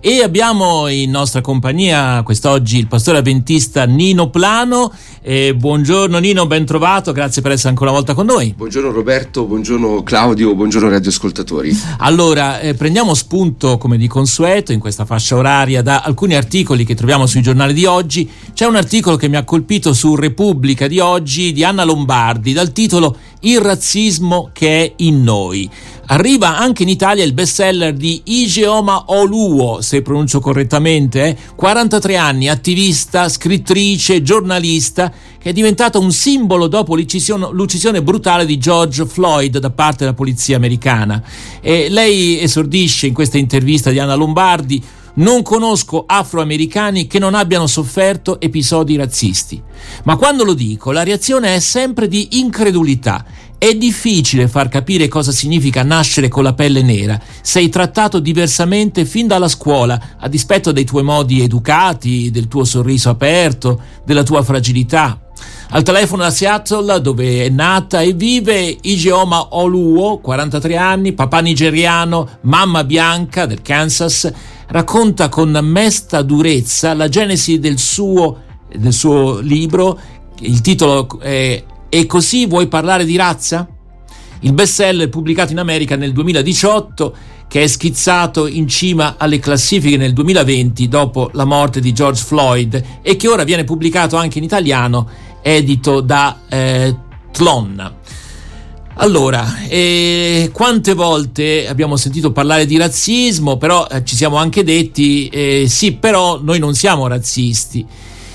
e abbiamo in nostra compagnia quest'oggi il pastore avventista Nino Plano. Buongiorno Nino, ben trovato, grazie per essere ancora una volta con noi. Buongiorno Roberto, buongiorno Claudio, buongiorno radioascoltatori. Allora, prendiamo spunto come di consueto in questa fascia oraria da alcuni articoli che troviamo sui giornali di oggi. C'è un articolo che mi ha colpito su Repubblica di oggi di Anna Lombardi dal titolo "Il razzismo che è in noi". Arriva anche in Italia il bestseller di Ijeoma Oluo, se pronuncio correttamente, 43 anni, attivista, scrittrice, giornalista, che è diventata un simbolo dopo l'uccisione brutale di George Floyd da parte della polizia americana. E lei esordisce in questa intervista di Anna Lombardi: "Non conosco afroamericani che non abbiano sofferto episodi razzisti, ma quando lo dico la reazione è sempre di incredulità. È difficile far capire cosa significa nascere con la pelle nera. Sei trattato diversamente fin dalla scuola, a dispetto dei tuoi modi educati, del tuo sorriso aperto, della tua fragilità". Al telefono da Seattle, dove è nata e vive, Ijeoma Oluo, 43 anni, papà nigeriano, mamma bianca del Kansas, racconta con mesta durezza la genesi del suo libro. Il titolo è "E così vuoi parlare di razza?". Il bestseller pubblicato in America nel 2018, che è schizzato in cima alle classifiche nel 2020 dopo la morte di George Floyd e che ora viene pubblicato anche in italiano, edito da Tlon. Allora, quante volte abbiamo sentito parlare di razzismo, però ci siamo anche detti sì, però noi non siamo razzisti.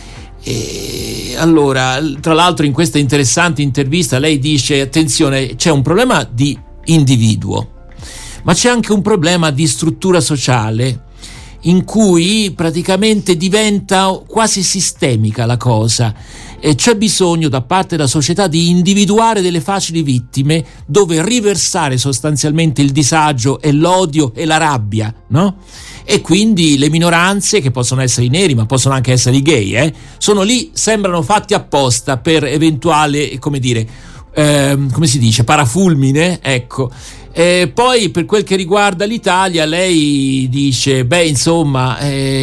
Allora, tra l'altro, in questa interessante intervista lei dice: attenzione, c'è un problema di individuo, ma c'è anche un problema di struttura sociale, in cui praticamente diventa quasi sistemica la cosa. E c'è bisogno da parte della società di individuare delle facili vittime dove riversare sostanzialmente il disagio e l'odio e la rabbia, no? E quindi le minoranze, che possono essere i neri ma possono anche essere i gay, sono lì, sembrano fatti apposta per eventuale, come si dice, parafulmine, ecco. Poi per quel che riguarda l'Italia, lei dice: insomma,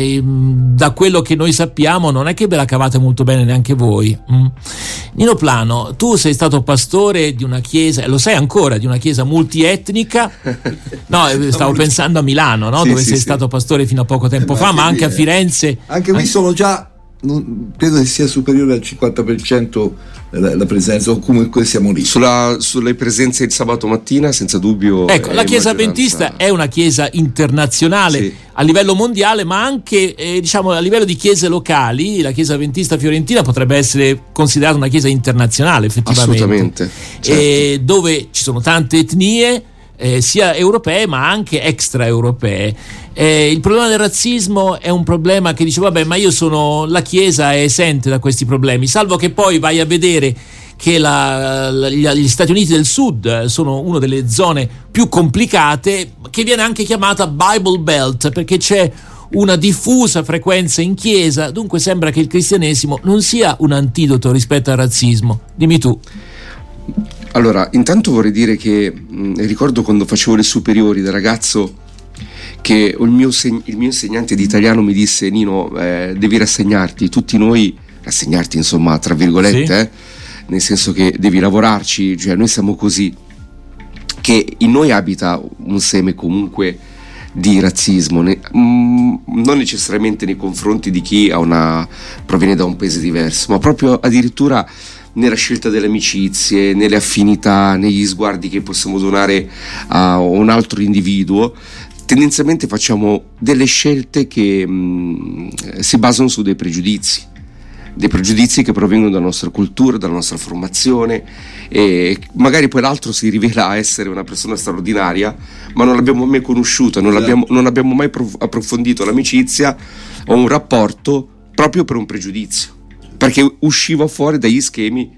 da quello che noi sappiamo non è che ve la cavate molto bene neanche voi. Nino Plano, tu sei stato pastore di una chiesa, lo sei ancora, di una chiesa multietnica. No, stavo pensando a Milano, no? Sì, dove sì, sei sì. stato pastore fino a poco tempo fa, ma anche a Firenze. Anche qui sono già, credo che sia superiore al 50% la presenza, o comunque siamo lì. Sulle presenze il sabato mattina, senza dubbio. Ecco, la Chiesa Adventista è una chiesa internazionale, sì, a livello mondiale, ma anche a livello di chiese locali. La Chiesa Adventista fiorentina potrebbe essere considerata una chiesa internazionale, effettivamente. Assolutamente, certo. Dove ci sono tante etnie, sia europee ma anche extraeuropee. Il problema del razzismo è un problema che dice: vabbè, ma la Chiesa è esente da questi problemi, salvo che poi vai a vedere che gli Stati Uniti del Sud sono una delle zone più complicate, che viene anche chiamata Bible Belt, perché c'è una diffusa frequenza in chiesa. Dunque sembra che il cristianesimo non sia un antidoto rispetto al razzismo. Dimmi tu. Allora, intanto vorrei dire che ricordo quando facevo le superiori da ragazzo che il mio insegnante di italiano mi disse: Nino, devi rassegnarti, tutti noi, rassegnarti insomma tra virgolette, sì, nel senso che devi lavorarci, cioè noi siamo così, che in noi abita un seme comunque di razzismo, non necessariamente nei confronti di chi proviene da un paese diverso, ma proprio addirittura nella scelta delle amicizie, nelle affinità, negli sguardi che possiamo donare a un altro individuo. Tendenzialmente facciamo delle scelte che si basano su dei pregiudizi che provengono dalla nostra cultura, dalla nostra formazione, e magari poi l'altro si rivela essere una persona straordinaria, ma non l'abbiamo mai conosciuta, non abbiamo mai approfondito l'amicizia o un rapporto proprio per un pregiudizio, perché usciva fuori dagli schemi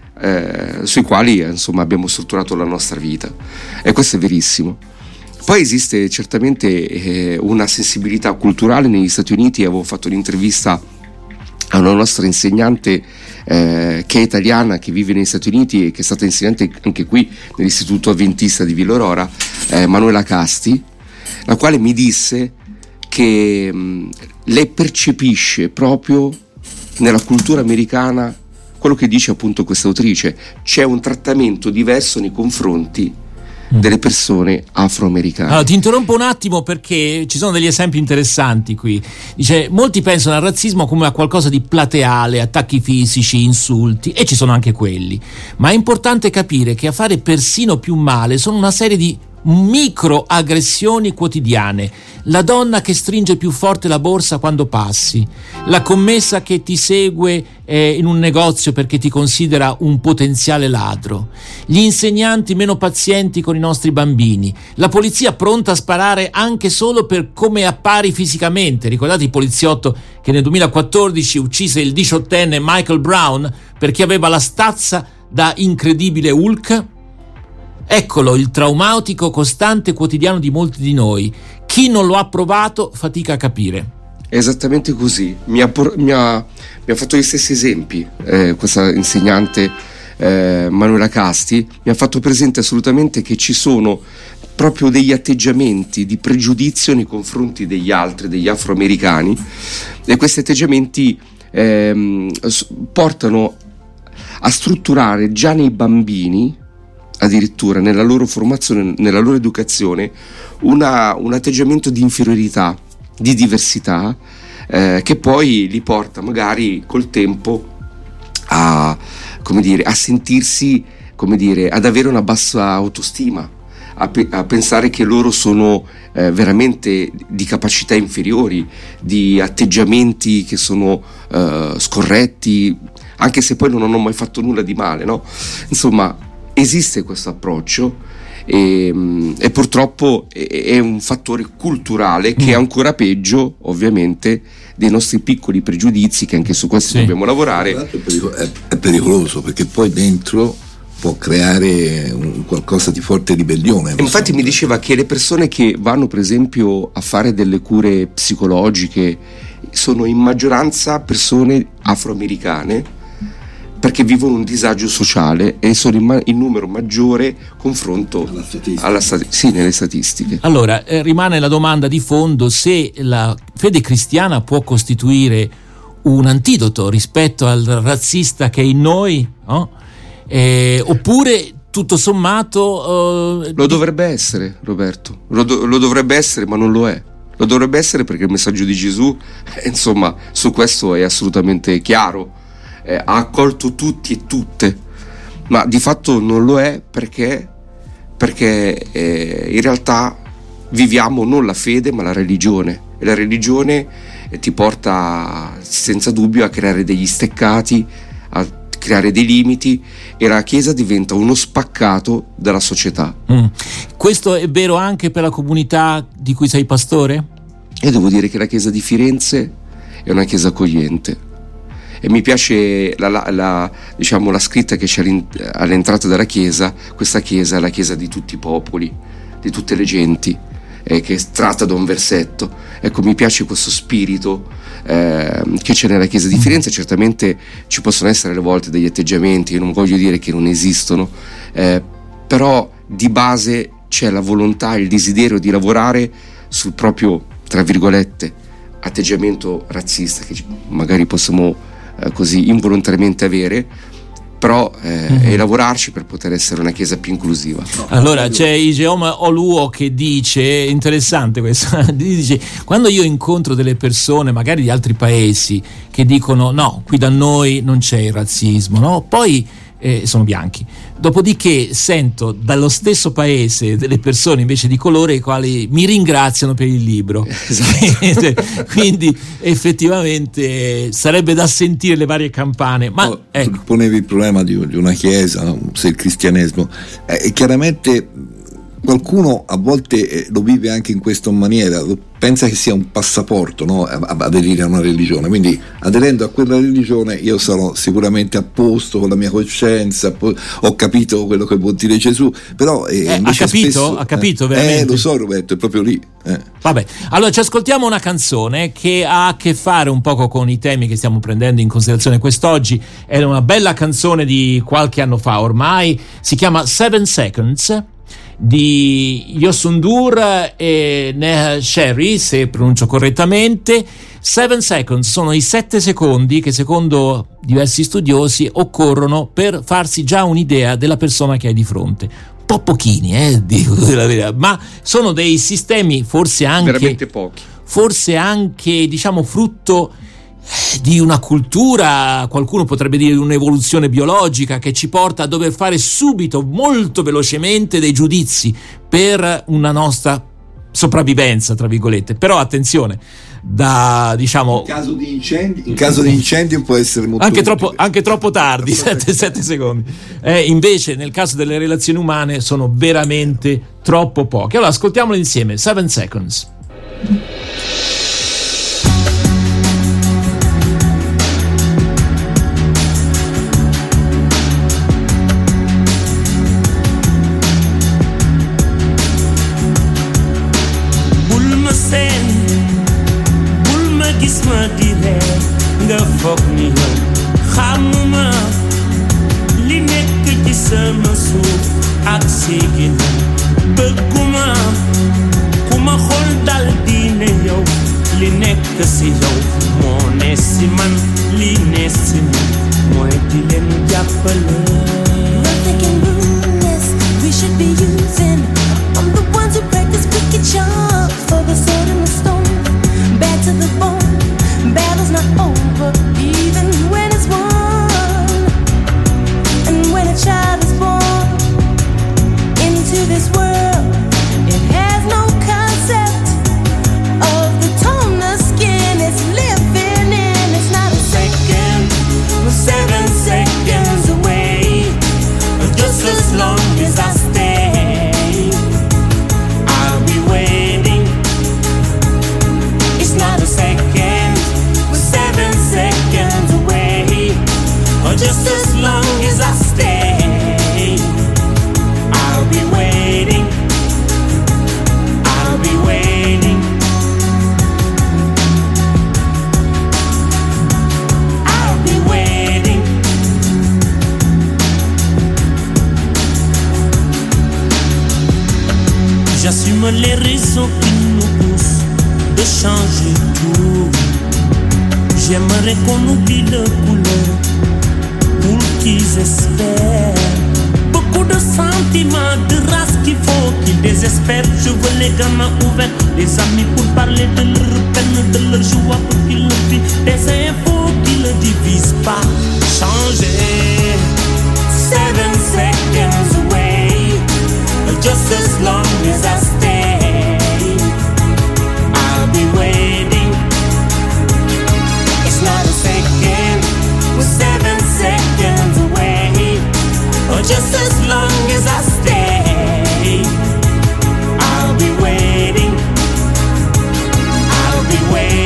sui quali insomma abbiamo strutturato la nostra vita, e questo è verissimo. Poi esiste certamente una sensibilità culturale negli Stati Uniti. Avevo fatto un'intervista a una nostra insegnante che è italiana, che vive negli Stati Uniti e che è stata insegnante anche qui nell'Istituto Adventista di Villa Aurora, Manuela Casti, la quale mi disse che che lei percepisce proprio nella cultura americana quello che dice appunto questa autrice: c'è un trattamento diverso nei confronti delle persone afroamericane. Allora, ti interrompo un attimo perché ci sono degli esempi interessanti qui. Dice: molti pensano al razzismo come a qualcosa di plateale, attacchi fisici, insulti, e ci sono anche quelli, ma è importante capire che a fare persino più male sono una serie di microaggressioni quotidiane. La donna che stringe più forte la borsa quando passi, la commessa che ti segue in un negozio perché ti considera un potenziale ladro, gli insegnanti meno pazienti con i nostri bambini, la polizia pronta a sparare anche solo per come appari fisicamente. Ricordate il poliziotto che nel 2014 uccise il 18enne Michael Brown perché aveva la stazza da incredibile Hulk? Eccolo il traumatico costante quotidiano di molti di noi. Chi non lo ha provato fatica a capire. È esattamente così. Mi ha fatto gli stessi esempi questa insegnante Manuela Casti. Mi ha fatto presente assolutamente che ci sono proprio degli atteggiamenti di pregiudizio nei confronti degli altri, degli afroamericani, e questi atteggiamenti portano a strutturare già nei bambini, addirittura nella loro formazione, nella loro educazione, un atteggiamento di inferiorità, di diversità, che poi li porta magari col tempo a sentirsi, ad avere una bassa autostima, a pensare che loro sono veramente di capacità inferiori, di atteggiamenti che sono scorretti, anche se poi non hanno mai fatto nulla di male, no? Insomma, esiste questo approccio e purtroppo è un fattore culturale che è ancora peggio, ovviamente, dei nostri piccoli pregiudizi, che anche su questi dobbiamo lavorare. È pericoloso perché poi dentro può creare qualcosa di forte ribellione. Infatti mi diceva che le persone che vanno per esempio a fare delle cure psicologiche sono in maggioranza persone afroamericane, perché vivono un disagio sociale e sono in numero maggiore confronto nelle statistiche. Allora, rimane la domanda di fondo: se la fede cristiana può costituire un antidoto rispetto al razzista che è in noi, no? Oppure tutto sommato lo dovrebbe essere, Roberto, lo dovrebbe essere, ma non lo è. Lo dovrebbe essere perché il messaggio di Gesù, insomma, su questo è assolutamente chiaro. Ha accolto tutti e tutte, ma di fatto non lo è perché in realtà viviamo non la fede ma la religione, e la religione ti porta senza dubbio a creare degli steccati, a creare dei limiti, e la Chiesa diventa uno spaccato dalla società. Questo è vero anche per la comunità di cui sei pastore? E devo dire che la Chiesa di Firenze è una Chiesa accogliente. E mi piace la scritta che c'è all'entrata della chiesa. Questa chiesa è la chiesa di tutti i popoli, di tutte le genti, che tratta da un versetto. Ecco, mi piace questo spirito che c'è nella chiesa di Firenze. Certamente ci possono essere alle volte degli atteggiamenti, io non voglio dire che non esistono, però di base c'è la volontà, il desiderio di lavorare sul proprio, tra virgolette, atteggiamento razzista che magari possiamo così involontariamente avere, però e lavorarci per poter essere una chiesa più inclusiva. Allora c'è Ijeoma Oluo che dice, interessante questo, dice: quando io incontro delle persone magari di altri paesi che dicono no, qui da noi non c'è il razzismo, no? Poi sono bianchi, dopodiché sento dallo stesso paese delle persone invece di colore i quali mi ringraziano per il libro. Esatto. Quindi effettivamente sarebbe da sentire le varie campane. Ma ecco, ponevi il problema di una chiesa, no? Se il cristianesimo chiaramente qualcuno a volte lo vive anche in questa maniera, pensa che sia un passaporto, no? Aderire a una religione, quindi aderendo a quella religione io sarò sicuramente a posto con la mia coscienza, ho capito quello che vuol dire Gesù, però ha capito veramente? Lo so, Roberto, è proprio lì. Vabbè, allora ci ascoltiamo una canzone che ha a che fare un poco con i temi che stiamo prendendo in considerazione quest'oggi. È una bella canzone di qualche anno fa ormai, si chiama 7 Seconds di Yosundur e Neha Sherry, se pronuncio correttamente. 7 seconds sono i 7 secondi che secondo diversi studiosi occorrono per farsi già un'idea della persona che hai di fronte. Un po' pochini, dico la verità, ma sono dei sistemi forse anche veramente pochi, forse anche diciamo frutto di una cultura, qualcuno potrebbe dire un'evoluzione biologica che ci porta a dover fare subito, molto velocemente, dei giudizi per una nostra sopravvivenza, tra virgolette. Però attenzione, in caso di incendio può essere molto anche troppo tardi. 7 secondi invece nel caso delle relazioni umane sono veramente troppo pochi. Allora ascoltiamolo insieme. 7 seconds. Foog ni yow xamuma li nekk ci sama suuf ak séegi na bëgguma ku ma xool dal di ne yow li nekk si yow moo ne si man li ne si man mooy di leen jàppale. Nothing can ruin this, we should be using. I'm the ones who practice wicked charms for the sword and the stone. Bad to the bone, battle's not over, even when it's won. And when a child is born into this world, it has no concept of the tone the skin is living in. It's not a second, we're 7 seconds away. Just as long as I stay, I'll be waiting. It's not a second, we're 7 seconds away. Just as long as I stay, I'll be waiting. I'll be waiting. I'll be waiting. J'assume les raisons qui nous poussent de changer tout. J'aimerais qu'on oublie le couleur pour qu'ils espèrent. Beaucoup de sentiments, de race qu'il faut qu'ils désespèrent. Je veux les gamins ouverts, les amis pour parler de leur peine, de leur joie pour qu'ils le vivent. Des infos qui ne divisent pas. Changer. 7 seconds away. Just as long as I stay, I'll be waiting. It's not a second, we're 7 seconds away. Just as long as I stay, I'll be waiting. I'll be waiting.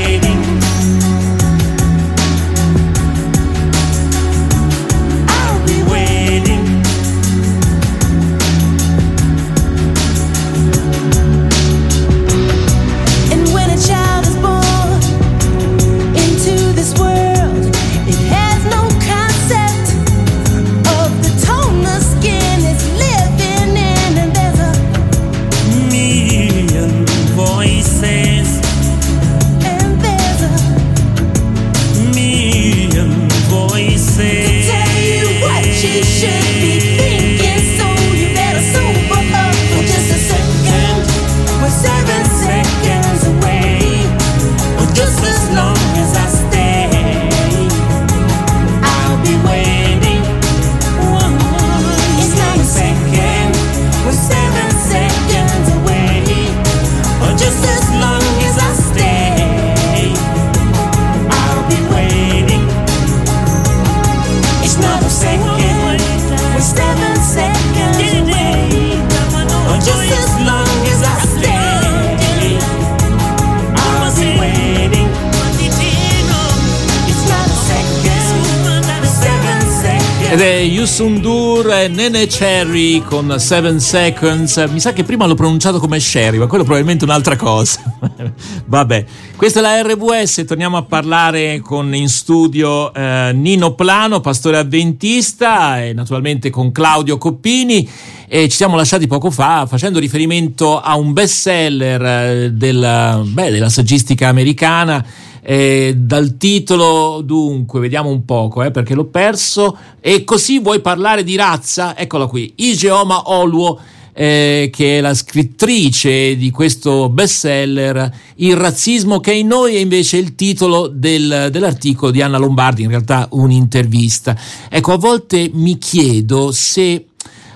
Ed è Youssou N'Dour e Nene Cherry con 7 Seconds. Mi sa che prima l'ho pronunciato come Sherry, ma quello probabilmente un'altra cosa. Vabbè, questa è la RWS. Torniamo a parlare con in studio Nino Plano, pastore avventista, e naturalmente con Claudio Coppini. E ci siamo lasciati poco fa facendo riferimento a un bestseller della saggistica americana. Dal titolo, dunque, vediamo un poco, perché l'ho perso. E così vuoi parlare di razza? Eccola qui, Ijeoma Oluo, che è la scrittrice di questo bestseller, Il razzismo che è in noi, è invece il titolo dell'articolo di Anna Lombardi, in realtà un'intervista. Ecco, a volte mi chiedo se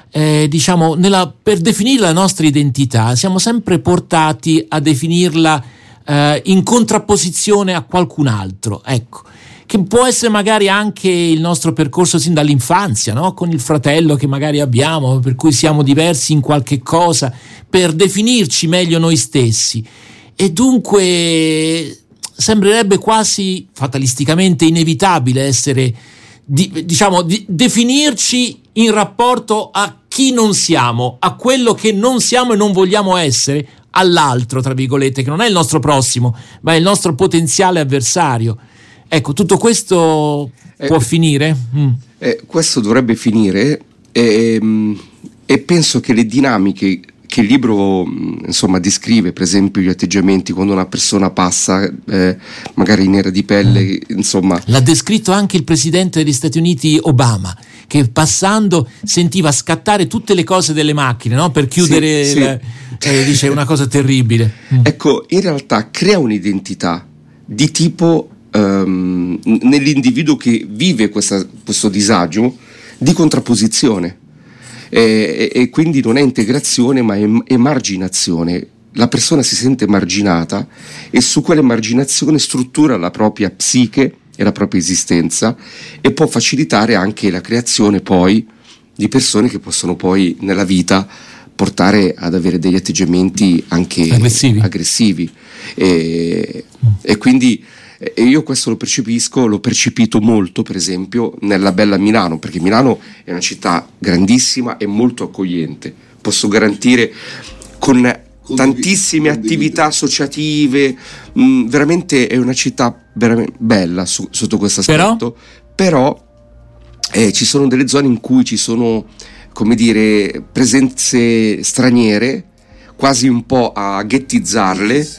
per definire la nostra identità siamo sempre portati a definirla in contrapposizione a qualcun altro, ecco, che può essere magari anche il nostro percorso sin dall'infanzia, no? Con il fratello che magari abbiamo, per cui siamo diversi in qualche cosa, per definirci meglio noi stessi. E dunque sembrerebbe quasi fatalisticamente inevitabile essere definirci in rapporto a chi non siamo, a quello che non siamo e non vogliamo essere, all'altro, tra virgolette, che non è il nostro prossimo, ma è il nostro potenziale avversario. Ecco, tutto questo può finire? Questo dovrebbe finire, e penso che le dinamiche che il libro descrive, per esempio gli atteggiamenti quando una persona passa magari nera di pelle, l'ha descritto anche il presidente degli Stati Uniti Obama, che passando sentiva scattare tutte le cose delle macchine, no? Per chiudere dice una cosa terribile. Ecco, in realtà crea un'identità di tipo nell'individuo che vive questo disagio di contrapposizione, e quindi non è integrazione ma è emarginazione. La persona si sente emarginata e su quell'emarginazione struttura la propria psiche e la propria esistenza, e può facilitare anche la creazione poi di persone che possono poi nella vita portare ad avere degli atteggiamenti anche aggressivi. E quindi io questo l'ho percepito molto, per esempio nella bella Milano, perché Milano è una città grandissima e molto accogliente, posso garantire, con tantissime attività associative, veramente è una città veramente bella sotto questo aspetto, però ci sono delle zone in cui ci sono, come dire, presenze straniere, quasi un po' a ghettizzarle,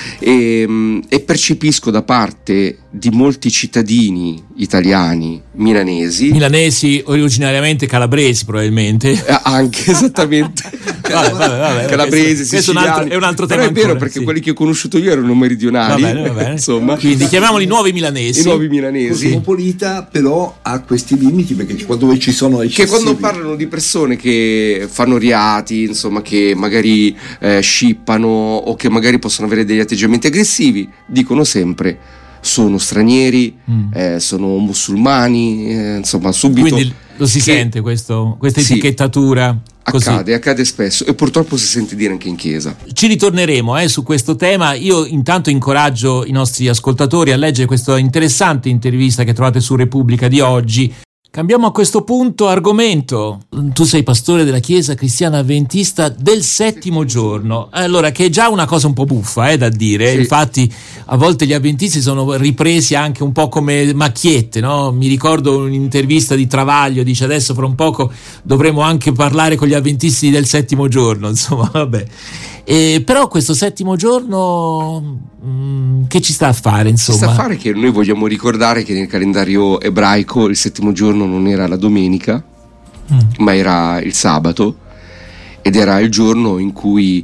e percepisco da parte di molti cittadini italiani milanesi originariamente calabresi, probabilmente anche esattamente vabbè, calabresi, siciliani, è un altro tema. Però è vero, ancora, perché quelli che ho conosciuto io erano meridionali, va bene. insomma, quindi chiamiamoli nuovi milanesi. I nuovi milanesi. Cosmopolita però ha questi limiti, perché quando ci sono eccessivi, che quando parlano di persone che fanno reati, insomma, che magari scippano o che magari possono avere degli atteggiamenti aggressivi, dicono sempre sono stranieri, sono musulmani, insomma, subito. Quindi lo si sente questa etichettatura. Accade spesso, e purtroppo si sente dire anche in chiesa. Ci ritorneremo su questo tema. Io intanto incoraggio i nostri ascoltatori a leggere questa interessante intervista che trovate su Repubblica di oggi. Cambiamo a questo punto argomento. Tu sei pastore della Chiesa Cristiana Adventista del Settimo Giorno, allora, che è già una cosa un po' buffa da dire. Sì. Infatti a volte gli avventisti sono ripresi anche un po' come macchiette, no? Mi ricordo un'intervista di Travaglio, dice adesso fra un poco dovremo anche parlare con gli avventisti del Settimo Giorno, insomma, vabbè. Però questo Settimo Giorno che ci sta a fare, insomma? Ci sta a fare che noi vogliamo ricordare che nel calendario ebraico il Settimo Giorno non era la domenica, ma era il sabato, ed era il giorno in cui,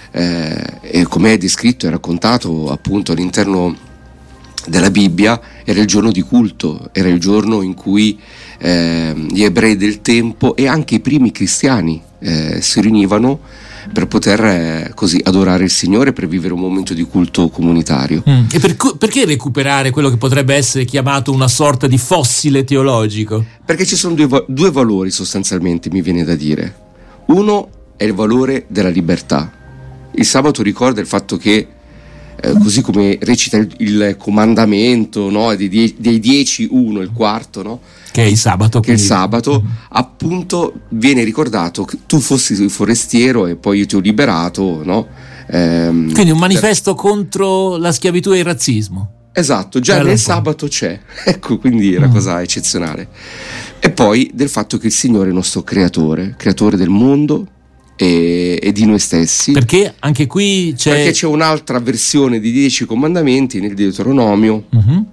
come è descritto e raccontato appunto all'interno della Bibbia, era il giorno di culto, era il giorno in cui gli ebrei del tempo e anche i primi cristiani si riunivano per poter così adorare il Signore, per vivere un momento di culto comunitario. E perché recuperare quello che potrebbe essere chiamato una sorta di fossile teologico? Perché ci sono due valori sostanzialmente, mi viene da dire. Uno è il valore della libertà. Il sabato ricorda il fatto che così come recita il comandamento, no? dei 10 uno, il quarto, no? Che è il sabato. Che è il sabato, appunto viene ricordato che tu fossi forestiero e poi io ti ho liberato, no? Quindi un manifesto contro la schiavitù e il razzismo. Esatto, già nel sabato c'è, ecco, quindi è una cosa eccezionale. E poi del fatto che il Signore è il nostro creatore del mondo e di noi stessi. Perché anche qui c'è un'altra versione di 10 comandamenti nel Deuteronomio,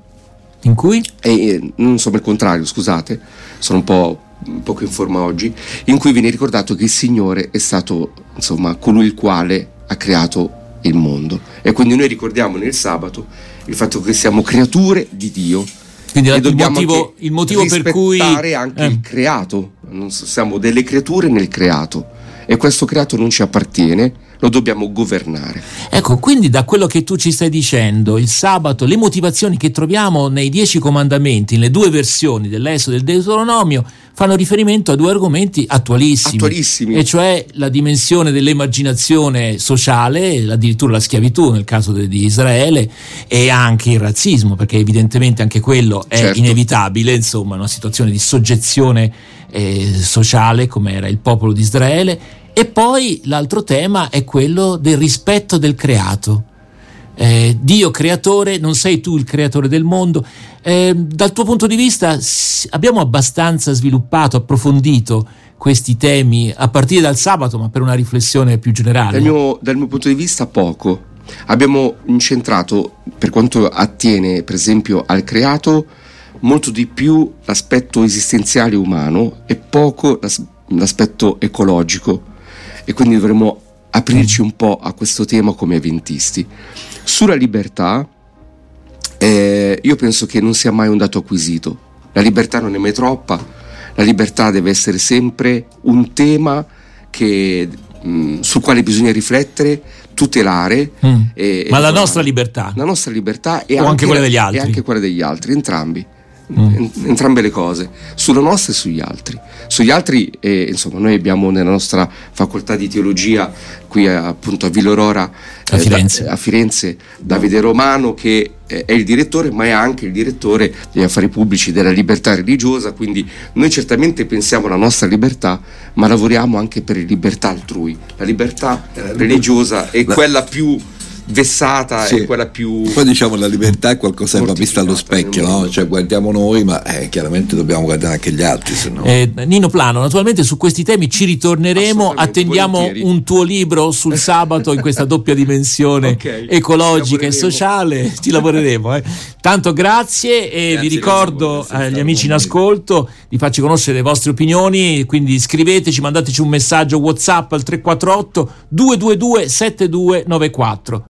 in cui? Non so, il contrario, scusate, sono un poco in forma oggi, in cui viene ricordato che il Signore è stato, insomma, colui il quale ha creato il mondo, e quindi noi ricordiamo nel sabato il fatto che siamo creature di Dio. Quindi il motivo per cui rispettare anche il creato. Siamo delle creature nel creato, e questo creato non ci appartiene, lo dobbiamo governare. Ecco, quindi da quello che tu ci stai dicendo, il sabato, le motivazioni che troviamo nei 10 comandamenti, nelle due versioni dell'Esodo e del Deuteronomio, fanno riferimento a due argomenti attualissimi, e cioè la dimensione dell'emarginazione sociale, addirittura la schiavitù nel caso di Israele, e anche il razzismo, perché evidentemente anche quello è inevitabile, insomma, una situazione di soggezione sociale come era il popolo di Israele. E poi l'altro tema è quello del rispetto del creato. Dio creatore, non sei tu il creatore del mondo. Dal tuo punto di vista abbiamo abbastanza sviluppato, approfondito questi temi a partire dal sabato, ma per una riflessione più generale? Dal mio punto di vista poco. Abbiamo incentrato, per quanto attiene per esempio al creato, molto di più l'aspetto esistenziale umano e poco l'aspetto ecologico, e quindi dovremmo aprirci un po' a questo tema come avventisti. Sulla libertà, io penso che non sia mai un dato acquisito. La libertà non è mai troppa, la libertà deve essere sempre un tema sul quale bisogna riflettere, tutelare. Ma la nostra libertà? La nostra libertà o anche quella degli altri? E anche quella degli altri, entrambi. Entrambe le cose, sulla nostra e sugli altri. Sugli altri, insomma, noi abbiamo nella nostra facoltà di teologia qui appunto a Villorora, a Firenze, Davide Romano, che è il direttore, ma è anche il direttore degli affari pubblici della libertà religiosa. Quindi noi certamente pensiamo alla nostra libertà, ma lavoriamo anche per la libertà altrui. La libertà religiosa è quella più vessata, è quella più. Poi diciamo la libertà è qualcosa che va vista allo specchio, no? Cioè guardiamo noi, ma chiaramente dobbiamo guardare anche gli altri, se no. Nino Plano, naturalmente su questi temi ci ritorneremo, attendiamo un tuo libro sul sabato in questa doppia dimensione ecologica e sociale, ci lavoreremo. Tanto grazie, e vi ricordo agli amici in ascolto di farci conoscere le vostre opinioni, quindi scriveteci, mandateci un messaggio WhatsApp al 348 222 7294.